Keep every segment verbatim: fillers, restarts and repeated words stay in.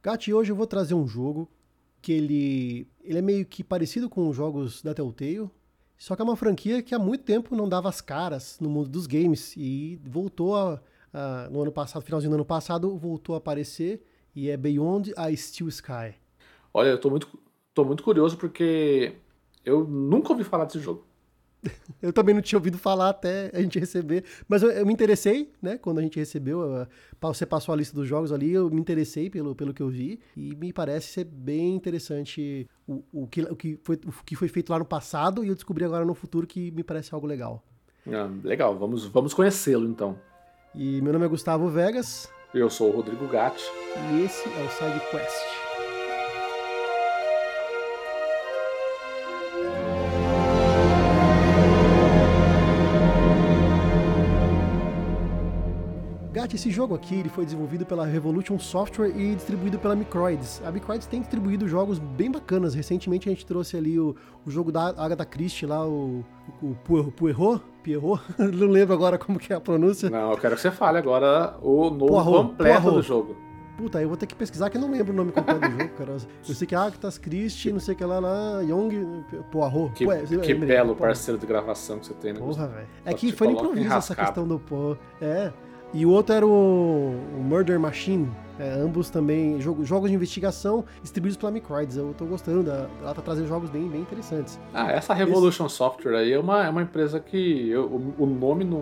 Gatti, hoje eu vou trazer um jogo que ele, ele é meio que parecido com os jogos da Telltale, só que é uma franquia que há muito tempo não dava as caras no mundo dos games e voltou a, a, no ano passado, finalzinho do ano passado, voltou a aparecer e é Beyond a Steel Sky. Olha, eu tô muito, tô muito curioso porque eu nunca ouvi falar desse jogo. Eu também não tinha ouvido falar até a gente receber, mas eu, eu me interessei, né, quando a gente recebeu, uh, você passou a lista dos jogos ali, eu me interessei pelo, pelo que eu vi, e me parece ser bem interessante o, o, que, o, que foi, o que foi feito lá no passado, e eu descobri agora no futuro que me parece algo legal. Ah, legal, vamos, vamos conhecê-lo então. E meu nome é Gustavo Vegas. Eu sou o Rodrigo Gatti. E esse é o Side Quest. Esse jogo aqui ele foi desenvolvido pela Revolution Software e distribuído pela Microids. A Microids tem distribuído jogos bem bacanas. Recentemente a gente trouxe ali o, o jogo da Agatha Christie lá, o, o, o Poirot, Pierrot, não lembro agora como que é a pronúncia. Não, eu quero que você fale agora o nome Poirot, completo Poirot. do jogo. Puta, eu vou ter que pesquisar que eu não lembro o nome completo do jogo, cara. Eu sei que é Agatha Christie, não sei o que lá, lá, Young, Poirot. Que, Ué, que eu, belo eu, parceiro de gravação que você tem, né? Porra, velho. É Só que te foi no coloca improviso essa enrascado. questão do Poirot. É. E o outro era o, o Murder Machine, é, ambos também jogo, jogos de investigação distribuídos pela Microids. Eu tô gostando, da, ela tá trazendo jogos bem, bem interessantes. Ah, essa Revolution Esse... Software aí é uma, é uma empresa que eu, o, o nome não,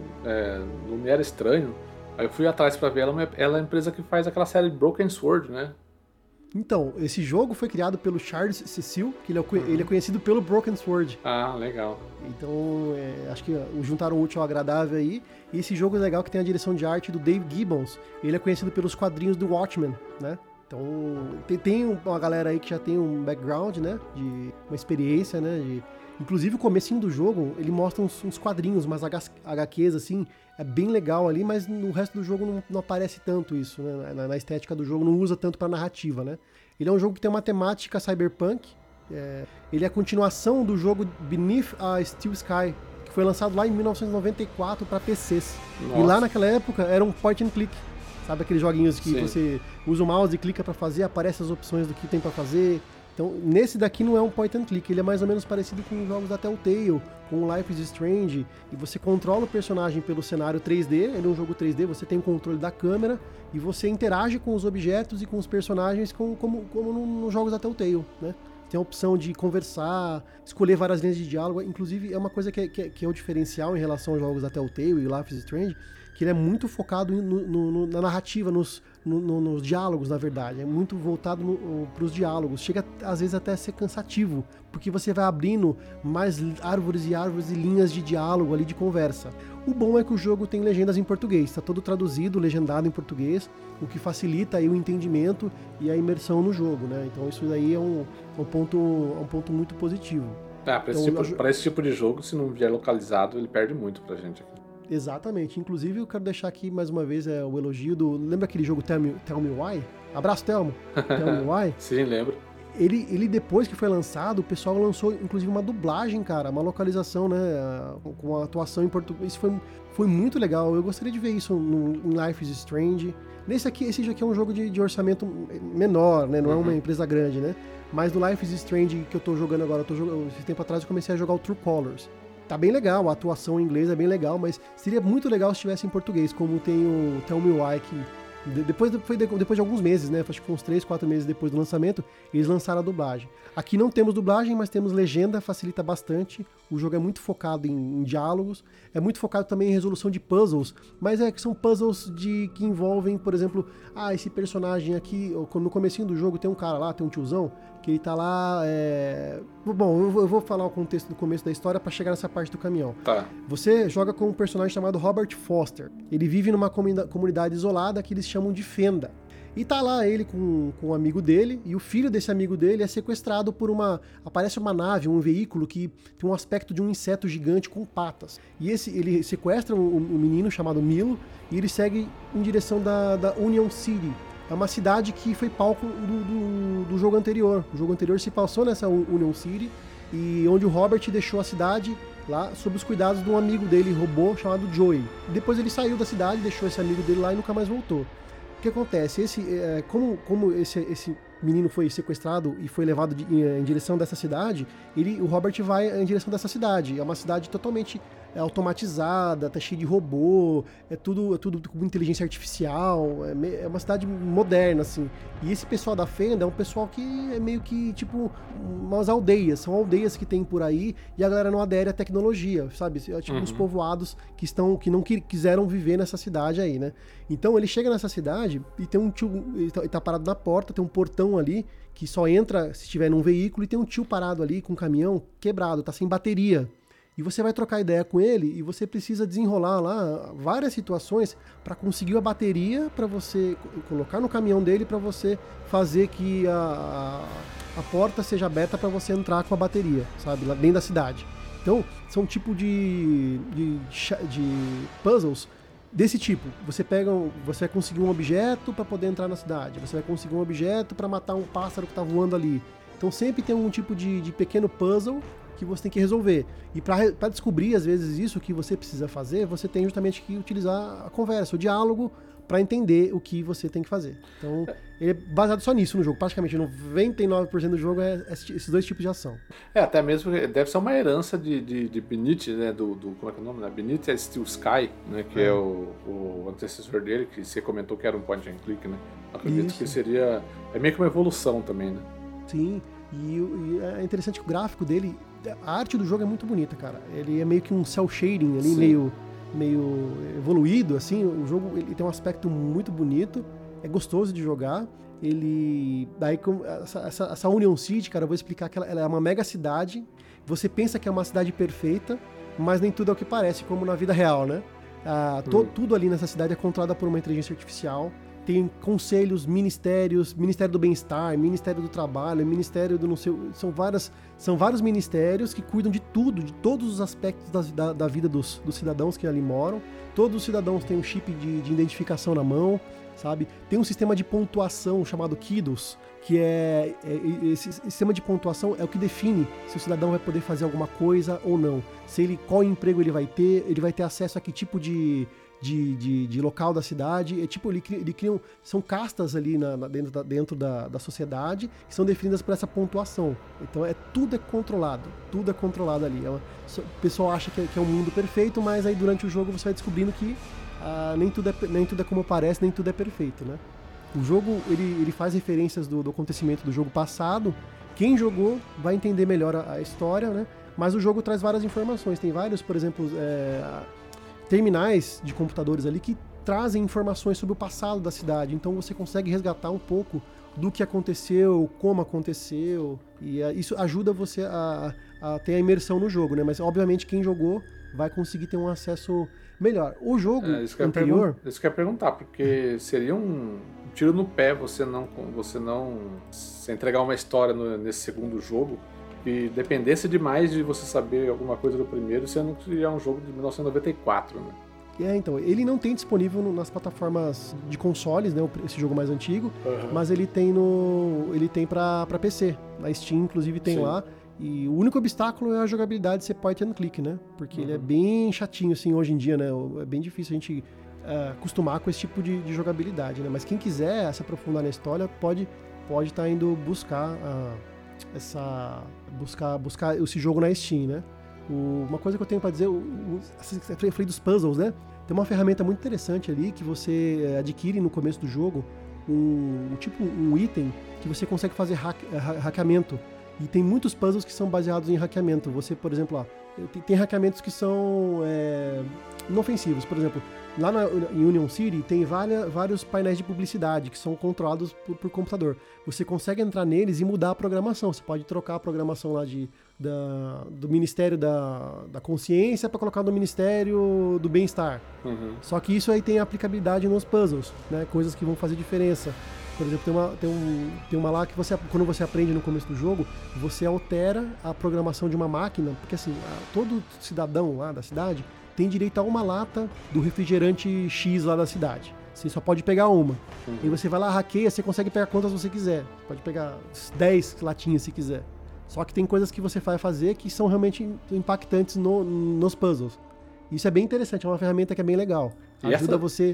é, não me era estranho. Aí eu fui atrás pra ver, ela, ela é a empresa que faz aquela série Broken Sword, né? Então, esse jogo foi criado pelo Charles Cecil, que ele é, uhum. ele é conhecido pelo Broken Sword. Ah, legal. Então, é, acho que juntaram o útil ao agradável aí. E esse jogo é legal que tem a direção de arte do Dave Gibbons. Ele é conhecido pelos quadrinhos do Watchmen, né? Então, tem, tem uma galera aí que já tem um background, né? De uma experiência, né? De, inclusive, o comecinho do jogo, ele mostra uns, uns quadrinhos, umas H Qs, assim. É bem legal ali, mas no resto do jogo não, não aparece tanto isso, né? Na, na estética do jogo, não usa tanto pra narrativa, né? Ele é um jogo que tem uma temática cyberpunk. É, ele é a continuação do jogo Beneath a Steel Sky, que foi lançado lá em mil novecentos e noventa e quatro para P Cs. Nossa. E lá naquela época era um point and click. Sabe aqueles joguinhos que Sim. você usa o mouse e clica para fazer, aparece as opções do que tem para fazer. Então, nesse daqui não é um point and click, ele é mais ou menos parecido com os jogos da Telltale, com o Life is Strange, e você controla o personagem pelo cenário três D, ele é um jogo três D, você tem o controle da câmera, e você interage com os objetos e com os personagens como, como, como nos jogos da Telltale, né? Tem a opção de conversar, escolher várias linhas de diálogo, inclusive é uma coisa que é, que é, que é o diferencial em relação aos jogos da Telltale e Life is Strange, que ele é muito focado no, no, no, na narrativa, nos, no, no, nos diálogos, na verdade. É muito voltado para os diálogos. Chega, às vezes, até a ser cansativo, porque você vai abrindo mais árvores e árvores e linhas de diálogo ali, de conversa. O bom é que o jogo tem legendas em português, está todo traduzido, legendado em português, o que facilita aí o entendimento e a imersão no jogo, né? Então isso daí é um, um, ponto, é um ponto muito positivo. Ah, para esse, então, tipo, esse tipo de jogo, se não vier localizado, ele perde muito pra gente aqui. Exatamente. Inclusive, eu quero deixar aqui mais uma vez é, o elogio do... Lembra aquele jogo Tell Me, Tell Me Why? Abraço, Telmo. Tell Me Why? Sim, lembro. Ele, ele, depois que foi lançado, o pessoal lançou, inclusive, uma dublagem, cara. Uma localização, né? Com a atuação em português. Isso foi, foi muito legal. Eu gostaria de ver isso no, em Life is Strange. Nesse aqui, esse aqui é um jogo de, de orçamento menor, né? Não uhum. é uma empresa grande, né? Mas no Life is Strange que eu tô jogando agora, eu tô jogando, esse tempo atrás eu comecei a jogar o True Colors. Tá bem legal, a atuação em inglês é bem legal, mas seria muito legal se tivesse em português, como tem o Tell Me Why, que depois, foi depois de alguns meses, né? Acho que uns três, quatro meses depois do lançamento, eles lançaram a dublagem. Aqui não temos dublagem, mas temos legenda, facilita bastante. O jogo é muito focado em, em diálogos, é muito focado também em resolução de puzzles, mas é que são puzzles de, que envolvem, por exemplo, ah, esse personagem aqui, no comecinho do jogo tem um cara lá, tem um tiozão, que ele tá lá, é... Bom, eu vou, eu vou falar o contexto do começo da história pra chegar nessa parte do caminhão. Tá. Você joga com um personagem chamado Robert Foster. Ele vive numa comunidade isolada que eles chamam de Fenda. E tá lá ele com, com um amigo dele, e o filho desse amigo dele é sequestrado por uma... Aparece uma nave, um veículo que tem um aspecto de um inseto gigante com patas. E esse, ele sequestra um, um menino chamado Milo, e ele segue em direção da, da Union City. É uma cidade que foi palco do, do, do jogo anterior. O jogo anterior se passou nessa Union City, e onde o Robert deixou a cidade lá sob os cuidados de um amigo dele, robô, chamado Joey. Depois ele saiu da cidade, deixou esse amigo dele lá e nunca mais voltou. O que acontece? Esse, é, como como esse, esse menino foi sequestrado e foi levado de, em, em direção dessa cidade, ele, o Robert vai em direção dessa cidade. É uma cidade totalmente é, automatizada, tá cheia de robô, é tudo, é tudo com inteligência artificial, é, me, é uma cidade moderna, assim. E esse pessoal da Fenda é um pessoal que é meio que, tipo, umas aldeias, são aldeias que tem por aí e a galera não adere à tecnologia, sabe? É tipo uhum. uns povoados que, estão, que não que, quiseram viver nessa cidade aí, né? Então ele chega nessa cidade e tem um tio, ele tá, ele tá parado na porta, tem um portão ali que só entra se estiver num veículo e tem um tio parado ali com um caminhão quebrado, tá sem bateria. E você vai trocar ideia com ele e você precisa desenrolar lá várias situações para conseguir a bateria para você colocar no caminhão dele para você fazer que a, a porta seja aberta para você entrar com a bateria, sabe, lá dentro da cidade. Então, são um tipo de, de, de puzzles desse tipo. Você pega, você vai conseguir um objeto para poder entrar na cidade, você vai conseguir um objeto para matar um pássaro que está voando ali. Então sempre tem um tipo de, de pequeno puzzle que você tem que resolver. E para descobrir, às vezes, isso que você precisa fazer, você tem justamente que utilizar a conversa, o diálogo, para entender o que você tem que fazer. Então, ele é baseado só nisso no jogo. Praticamente noventa e nove por cento do jogo é esses dois tipos de ação. É, até mesmo deve ser uma herança de, de, de Beneath, né? Do, do, como é que é o nome? Né? Beneath é Steel Sky, né? Que é, é o, o antecessor dele, que você comentou que era um point and click, né? Acredito isso. Que seria... É meio que uma evolução também, né? Sim, e, e é interessante que o gráfico dele... A arte do jogo é muito bonita, cara. Ele é meio que um cel shading ali, meio, meio evoluído, assim. O jogo ele tem um aspecto muito bonito, é gostoso de jogar. Ele... Daí, essa, essa, essa Union City, cara, eu vou explicar que ela, ela é uma mega cidade. Você pensa que é uma cidade perfeita, mas nem tudo é o que parece, como na vida real, né? Ah, to, hum. Tudo ali nessa cidade é controlado por uma inteligência artificial. Tem conselhos, ministérios, Ministério do Bem-Estar, Ministério do Trabalho, Ministério do não sei... São, várias, são vários ministérios que cuidam de tudo, de todos os aspectos da, da, da vida dos, dos cidadãos que ali moram. Todos os cidadãos têm um chip de, de identificação na mão, sabe? Tem um sistema de pontuação chamado Kidos, que é, é... Esse sistema de pontuação é o que define se o cidadão vai poder fazer alguma coisa ou não. Se ele, qual emprego ele vai ter, ele vai ter acesso a que tipo de... De, de, de local da cidade, é tipo, ele, ele criam, são castas ali na, na, dentro, da, dentro da, da sociedade que são definidas por essa pontuação. Então é, tudo é controlado, tudo é controlado ali. É uma, o pessoal acha que é, que é um mundo perfeito, mas aí durante o jogo você vai descobrindo que ah, nem, tudo é, nem tudo é como parece, nem tudo é perfeito, né? O jogo, ele, ele faz referências do, do acontecimento do jogo passado. Quem jogou vai entender melhor a, a história, né? Mas o jogo traz várias informações, tem vários, por exemplo... É, terminais de computadores ali que trazem informações sobre o passado da cidade, então você consegue resgatar um pouco do que aconteceu, como aconteceu, e isso ajuda você a, a ter a imersão no jogo, né? Mas obviamente quem jogou vai conseguir ter um acesso melhor. O jogo é, isso que anterior... Pergun- isso que eu ia perguntar, porque seria um tiro no pé você não, você não se entregar uma história no, nesse segundo jogo que dependesse demais de você saber alguma coisa do primeiro, sendo que é um jogo de mil novecentos e noventa e quatro, né? É, então, ele não tem disponível no, nas plataformas de consoles, né, esse jogo mais antigo, uhum. mas ele tem no, ele tem pra, pra P C, na Steam, inclusive tem Sim. lá, e o único obstáculo é a jogabilidade ser point and click, né, porque uhum. ele é bem chatinho, assim, hoje em dia, né, é bem difícil a gente uh, acostumar com esse tipo de, de jogabilidade, né, mas quem quiser se aprofundar na história pode pode estar tá indo buscar uh, essa buscar buscar esse jogo na Steam, né. O, uma coisa que eu tenho para dizer, o, o, eu falei dos puzzles, né? Tem uma ferramenta muito interessante ali que você é, adquire no começo do jogo, um, um tipo um item que você consegue fazer hack, ha, hackeamento. E tem muitos puzzles que são baseados em hackeamento. Você, por exemplo, ó, tem, tem hackeamentos que são é, inofensivos. Por exemplo, lá na, em Union City tem várias, vários painéis de publicidade que são controlados por, por computador. Você consegue entrar neles e mudar a programação. Você pode trocar a programação lá de, da, do Ministério da, da Consciência para colocar no Ministério do Bem-Estar. Uhum. Só que isso aí tem aplicabilidade nos puzzles, né? Coisas que vão fazer diferença. Por exemplo, tem uma, tem, um, tem uma lá que você, quando você aprende no começo do jogo, você altera a programação de uma máquina, porque assim, todo cidadão lá da cidade tem direito a uma lata do refrigerante X lá da cidade. Você só pode pegar uma. Uhum. E você vai lá, hackeia, você consegue pegar quantas você quiser. Pode pegar dez latinhas se quiser. Só que tem coisas que você vai fazer que são realmente impactantes no, nos puzzles. Isso é bem interessante, é uma ferramenta que é bem legal. Ajuda essa... você...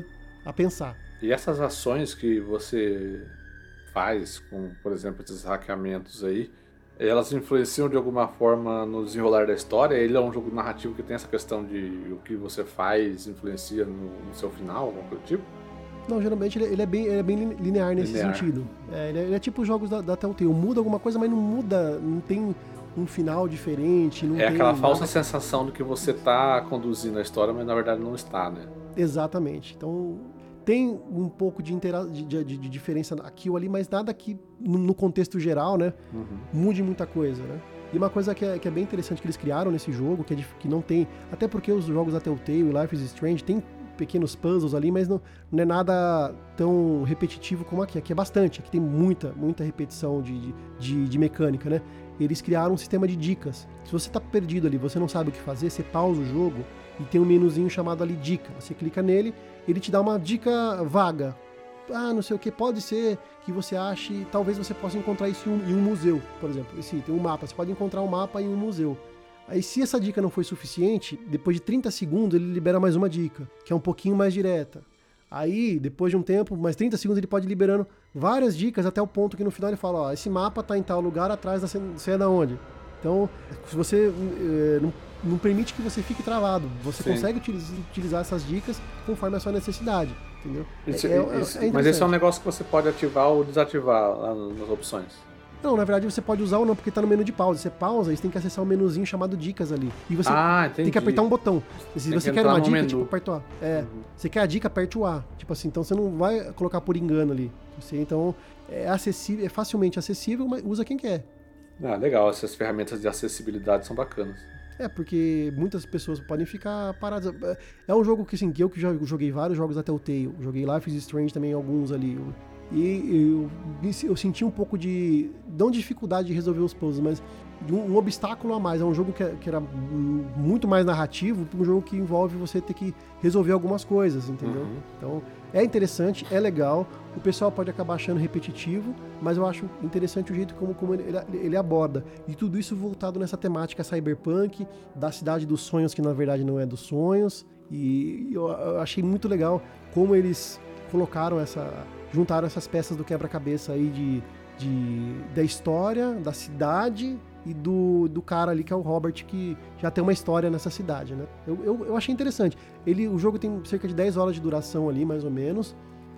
a pensar. E essas ações que você faz, com, por exemplo, esses hackeamentos aí, elas influenciam de alguma forma no desenrolar da história? Ele é um jogo narrativo que tem essa questão de o que você faz influencia no, no seu final, alguma coisa do tipo? Não, geralmente ele, ele, é, bem, ele é bem linear nesse Linear. sentido. É, ele, é, ele é tipo os jogos da, da Telltale. Muda alguma coisa, mas não muda, não tem um final diferente. Não é tem aquela falsa nada... sensação de que você tá conduzindo a história, mas na verdade não está, né? Exatamente. Então, tem um pouco de, intera... de, de, de diferença aqui ou ali, mas nada que, no, no contexto geral, né, Uhum. mude muita coisa, né? E uma coisa que é, que é bem interessante que eles criaram nesse jogo, que, é de, que não tem... Até porque os jogos da Telltale e Life is Strange tem pequenos puzzles ali, mas não, não é nada tão repetitivo como aqui. Aqui é bastante, aqui tem muita, muita repetição de, de, de mecânica, né? Eles criaram um sistema de dicas. Se você tá perdido ali, você não sabe o que fazer, você pausa o jogo e tem um menuzinho chamado ali dica. Você clica nele, ele te dá uma dica vaga. Ah, não sei o que, pode ser que você ache, talvez você possa encontrar isso em um, em um museu, por exemplo. Esse tem um mapa, você pode encontrar um mapa em um museu. Aí, se essa dica não foi suficiente, depois de trinta segundos ele libera mais uma dica, que é um pouquinho mais direta. Aí, depois de um tempo, mais trinta segundos, ele pode ir liberando várias dicas até o ponto que no final ele fala, ó, esse mapa tá em tal lugar atrás da sei da onde. Então, se você é, não, não permite que você fique travado, você Sim. consegue utilizar, utilizar essas dicas conforme a sua necessidade, entendeu? Isso, é, isso, é, é mas esse é um negócio que você pode ativar ou desativar lá nas opções. Não, na verdade você pode usar ou não, porque tá no menu de pausa. Você pausa e você tem que acessar um menuzinho chamado dicas ali. E você ah, tem que apertar um botão. Se tem você que quer uma dica, menu. tipo, aperta o A. É, uhum. Você quer a dica, aperte o A. Tipo assim, então você não vai colocar por engano ali. Você, então, é acessível, é facilmente acessível, mas usa quem quer. Ah, legal. Essas ferramentas de acessibilidade são bacanas. É, porque muitas pessoas podem ficar paradas. É um jogo que, assim, que eu que já joguei vários jogos da Telltale. Joguei Life is Strange também, alguns ali. E eu, eu senti um pouco de, não de dificuldade de resolver os puzzles, mas de um, um obstáculo a mais. É um jogo que, que era muito mais narrativo, um jogo que envolve você ter que resolver algumas coisas, entendeu? Uhum. Então, é interessante, é legal. O pessoal pode acabar achando repetitivo, mas eu acho interessante o jeito como, como ele, ele aborda. E tudo isso voltado nessa temática cyberpunk, da cidade dos sonhos, que na verdade não é dos sonhos. E eu, eu achei muito legal como eles colocaram essa... juntaram essas peças do quebra-cabeça aí de, de, da história, da cidade e do, do cara ali que é o Robert, que já tem uma história nessa cidade, né? Eu, eu, eu achei interessante. Ele, o jogo tem cerca de dez horas de duração ali, mais ou menos.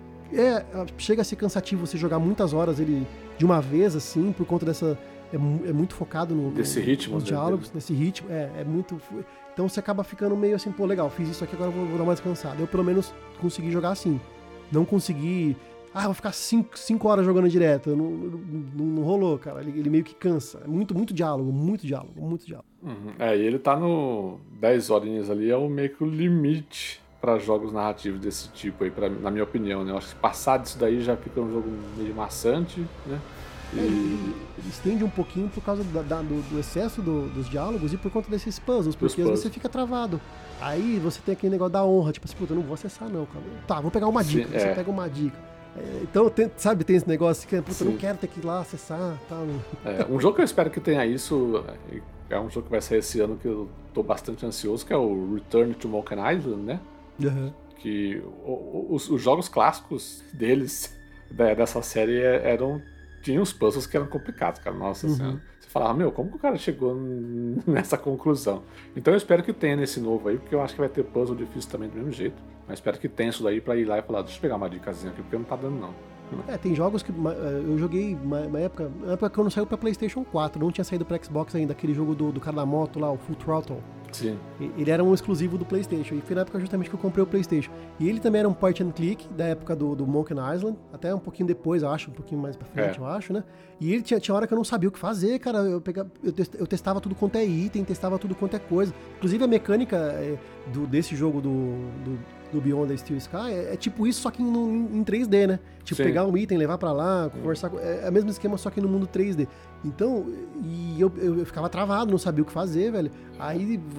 É, chega a ser cansativo você jogar muitas horas ele de uma vez, assim, por conta dessa... É, é muito focado no, desse no, ritmo, nos diálogos, nesse ritmo. É, é muito... Então você acaba ficando meio assim, pô, legal, fiz isso aqui, agora vou, vou dar mais cansado. Eu, pelo menos, consegui jogar assim. Não consegui... Ah, vou ficar cinco horas jogando direto. Não, não, não rolou, cara. Ele, ele meio que cansa. É muito, muito diálogo, muito diálogo, muito diálogo. Uhum. É, e ele tá no dez horinhas ali, é o meio que o limite para jogos narrativos desse tipo aí, pra, na minha opinião, né? Eu acho que passar disso daí já fica um jogo meio maçante, né? E... É, ele, ele estende um pouquinho por causa da, da, do, do excesso do, dos diálogos e por conta desses puzzles, porque às vezes você fica travado. Aí você tem aquele negócio da honra, tipo assim, puta, eu não vou acessar não, cara. Tá, vou pegar uma dica. Sim, você é. pega uma dica. Então, tem, sabe, tem esse negócio que puta, eu não quero ter que ir lá acessar, tal. É, um jogo que eu espero que tenha isso, é um jogo que vai sair esse ano que eu tô bastante ansioso, que é o Return to Monkey Island, né? Uhum. Que os, os jogos clássicos deles, dessa série, eram tinham os puzzles que eram complicados, cara. Nossa uhum. Senhora. Você falava, meu, como que o cara chegou nessa conclusão? Então eu espero que tenha nesse novo aí, porque eu acho que vai ter puzzle difícil também do mesmo jeito. Mas espero que tenha isso daí pra ir lá e falar, deixa eu pegar uma dicasinha aqui, porque não tá dando não. É, tem jogos que eu joguei na época, na época que eu não saiu pra PlayStation quatro, não tinha saído pra Xbox ainda, aquele jogo do, do cara da moto lá, o Full Throttle. Sim. Ele era um exclusivo do PlayStation, e foi na época justamente que eu comprei o PlayStation. E ele também era um point and click, da época do, do Monkey Island, até um pouquinho depois, eu acho, um pouquinho mais pra frente, é. eu acho, né? E ele tinha, tinha hora que eu não sabia o que fazer, cara, eu, pegava, eu, test, eu testava tudo quanto é item, testava tudo quanto é coisa. Inclusive a mecânica é, do, desse jogo do... do do Beyond the Steel Sky, é, é tipo isso, só que em, em três D, né? Tipo, Sim. pegar um item, levar pra lá, conversar com... É, é o mesmo esquema, só que no mundo três D. Então, e eu, eu, eu ficava travado, não sabia o que fazer, velho. Aí,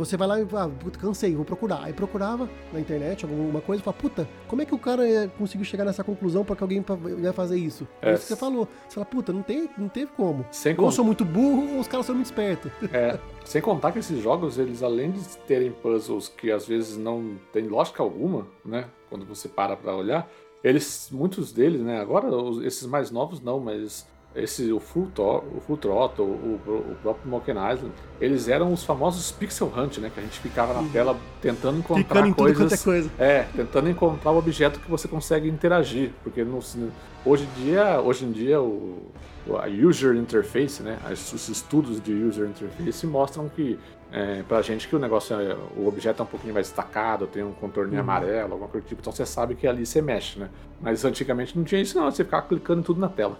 você vai lá e fala, puta, cansei, vou procurar. Aí procurava na internet alguma coisa e fala, puta, como é que o cara conseguiu chegar nessa conclusão pra que alguém vai fazer isso? É, é isso que você falou. Você fala, puta, não, tem, não teve como. Sem ou eu sou muito burro ou os caras são muito espertos. É, sem contar que esses jogos, eles além de terem puzzles que às vezes não tem lógica alguma, né? Quando você para pra olhar, eles, muitos deles, né? Agora, esses mais novos não, mas... Esse, o Full, o Full Throttle, o, o próprio Monkey Island, eles eram os famosos Pixel Hunt, né? Que a gente ficava na tela tentando encontrar Ficando em coisas... Tudo quanto é coisa. É, tentando encontrar o objeto que você consegue interagir. Porque no, hoje em dia, hoje em dia o, a User Interface, né? Os estudos de User Interface mostram que é, pra gente que o negócio, é, o objeto é um pouquinho mais destacado, tem um contorninho uhum. amarelo, alguma coisa do tipo. Então você sabe que ali você mexe, né? Mas antigamente não tinha isso não, você ficava clicando em tudo na tela.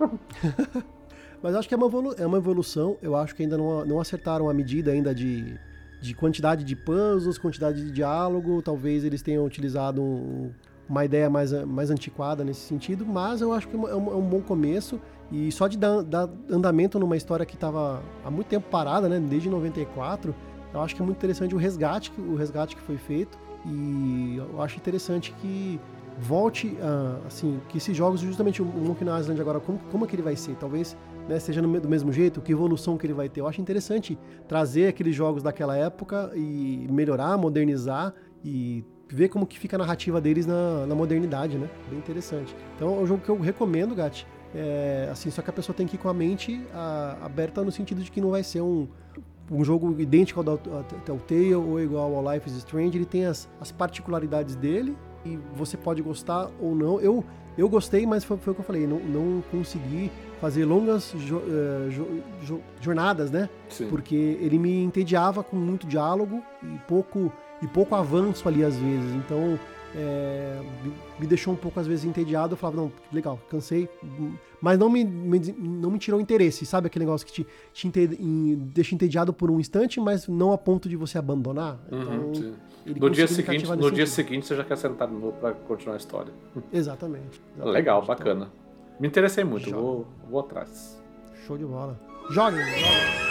Mas acho que é uma, evolu- é uma evolução. Eu acho que ainda não, não acertaram a medida ainda de, de quantidade de puzzles, quantidade de diálogo. Talvez eles tenham utilizado um, uma ideia mais, mais antiquada nesse sentido, mas eu acho que é um, é um bom começo. E só de dar, dar andamento numa história que estava há muito tempo parada, né, desde noventa e quatro, eu acho que é muito interessante o resgate, o resgate que foi feito. E eu acho interessante que volte, uh, assim, que esses jogos, justamente o Monkey Island agora, como, como é que ele vai ser? Talvez, né, seja no, do mesmo jeito, que evolução que ele vai ter. Eu acho interessante trazer aqueles jogos daquela época e melhorar, modernizar e ver como que fica a narrativa deles na, na modernidade, né? Bem interessante. Então é um jogo que eu recomendo, Gatti. É, assim, só que a pessoa tem que ir com a mente a, aberta no sentido de que não vai ser um, um jogo idêntico ao Telltale ou igual ao Life is Strange. Ele tem as, as particularidades dele, e você pode gostar ou não. Eu, eu gostei, mas foi, foi o que eu falei, não, não consegui fazer longas jo, uh, jo, jo, jornadas, né? Sim. Porque ele me entediava com muito diálogo e pouco, e pouco avanço ali às vezes. Então, é, me deixou um pouco às vezes entediado. Eu falava, não, legal, cansei. Mas não me, me, não me tirou interesse, sabe? Aquele negócio que te, te entede, deixa entediado por um instante, mas não a ponto de você abandonar. Uhum, então, sim. No dia seguinte, no dia seguinte você já quer sentar de novo pra continuar a história. Exatamente. exatamente. Legal, bacana. Me interessei muito, vou, vou atrás. Show de bola. Joguem, joguem.